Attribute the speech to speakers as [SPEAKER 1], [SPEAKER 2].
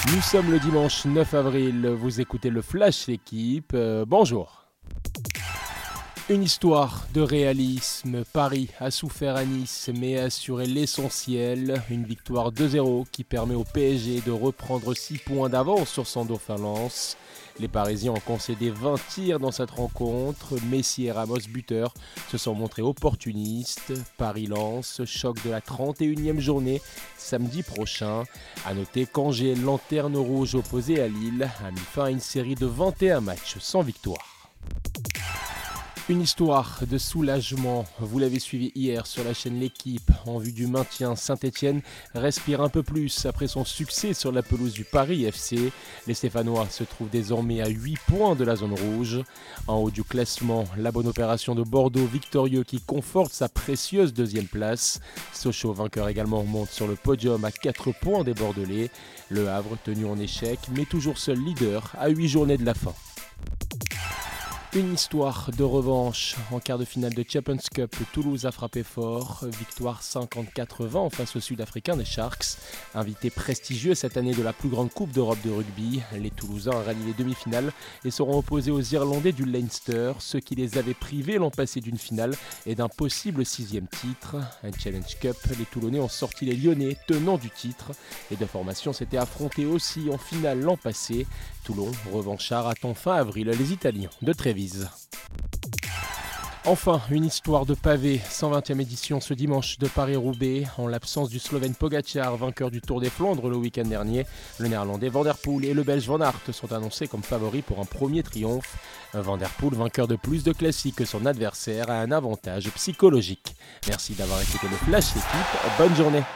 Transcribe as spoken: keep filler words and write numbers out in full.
[SPEAKER 1] Nous sommes le dimanche neuf avril, vous écoutez le Flash L'équipe, euh, bonjour. Une histoire de réalisme, Paris a souffert à Nice mais a assuré l'essentiel, une victoire deux zéro qui permet au P S G de reprendre six points d'avance sur son dauphin Lens. Les Parisiens ont concédé vingt tirs dans cette rencontre, Messi et Ramos buteurs se sont montrés opportunistes. Paris-Lens, choc de la trente et unième journée, samedi prochain. A noter qu'Angers, lanterne rouge opposée à Lille, a mis fin à une série de vingt et un matchs sans victoire. Une histoire de soulagement, vous l'avez suivi hier sur la chaîne L'équipe, en vue du maintien. Saint-Etienne respire un peu plus après son succès sur la pelouse du Paris F C. Les Stéphanois se trouvent désormais à huit points de la zone rouge. En haut du classement, la bonne opération de Bordeaux victorieux qui conforte sa précieuse deuxième place. Sochaux vainqueur également monte sur le podium à quatre points des Bordelais. Le Havre tenu en échec mais toujours seul leader à huit journées de la fin. Une histoire de revanche. En quart de finale de Champions Cup, Toulouse a frappé fort. Victoire cinquante-quatre vingt face aux Sud-Africains des Sharks. Invité prestigieux cette année de la plus grande coupe d'Europe de rugby, les Toulousains rallient les demi-finales et seront opposés aux Irlandais du Leinster, ceux qui les avaient privés l'an passé d'une finale et d'un possible sixième titre. Un Challenge Cup, les Toulonnais ont sorti les Lyonnais, tenants du titre. Les deux formations s'étaient affrontées aussi en finale l'an passé. Toulon, revanchard, attend fin avril les Italiens de Trévise. Enfin, une histoire de pavé, cent vingtième édition ce dimanche de Paris-Roubaix. En l'absence du Slovène Pogačar, vainqueur du Tour des Flandres le week-end dernier, le Néerlandais Van der Poel et le Belge Van Aert sont annoncés comme favoris pour un premier triomphe. Van der Poel, vainqueur de plus de classiques que son adversaire, a un avantage psychologique. Merci d'avoir écouté le Flash L'équipe, bonne journée.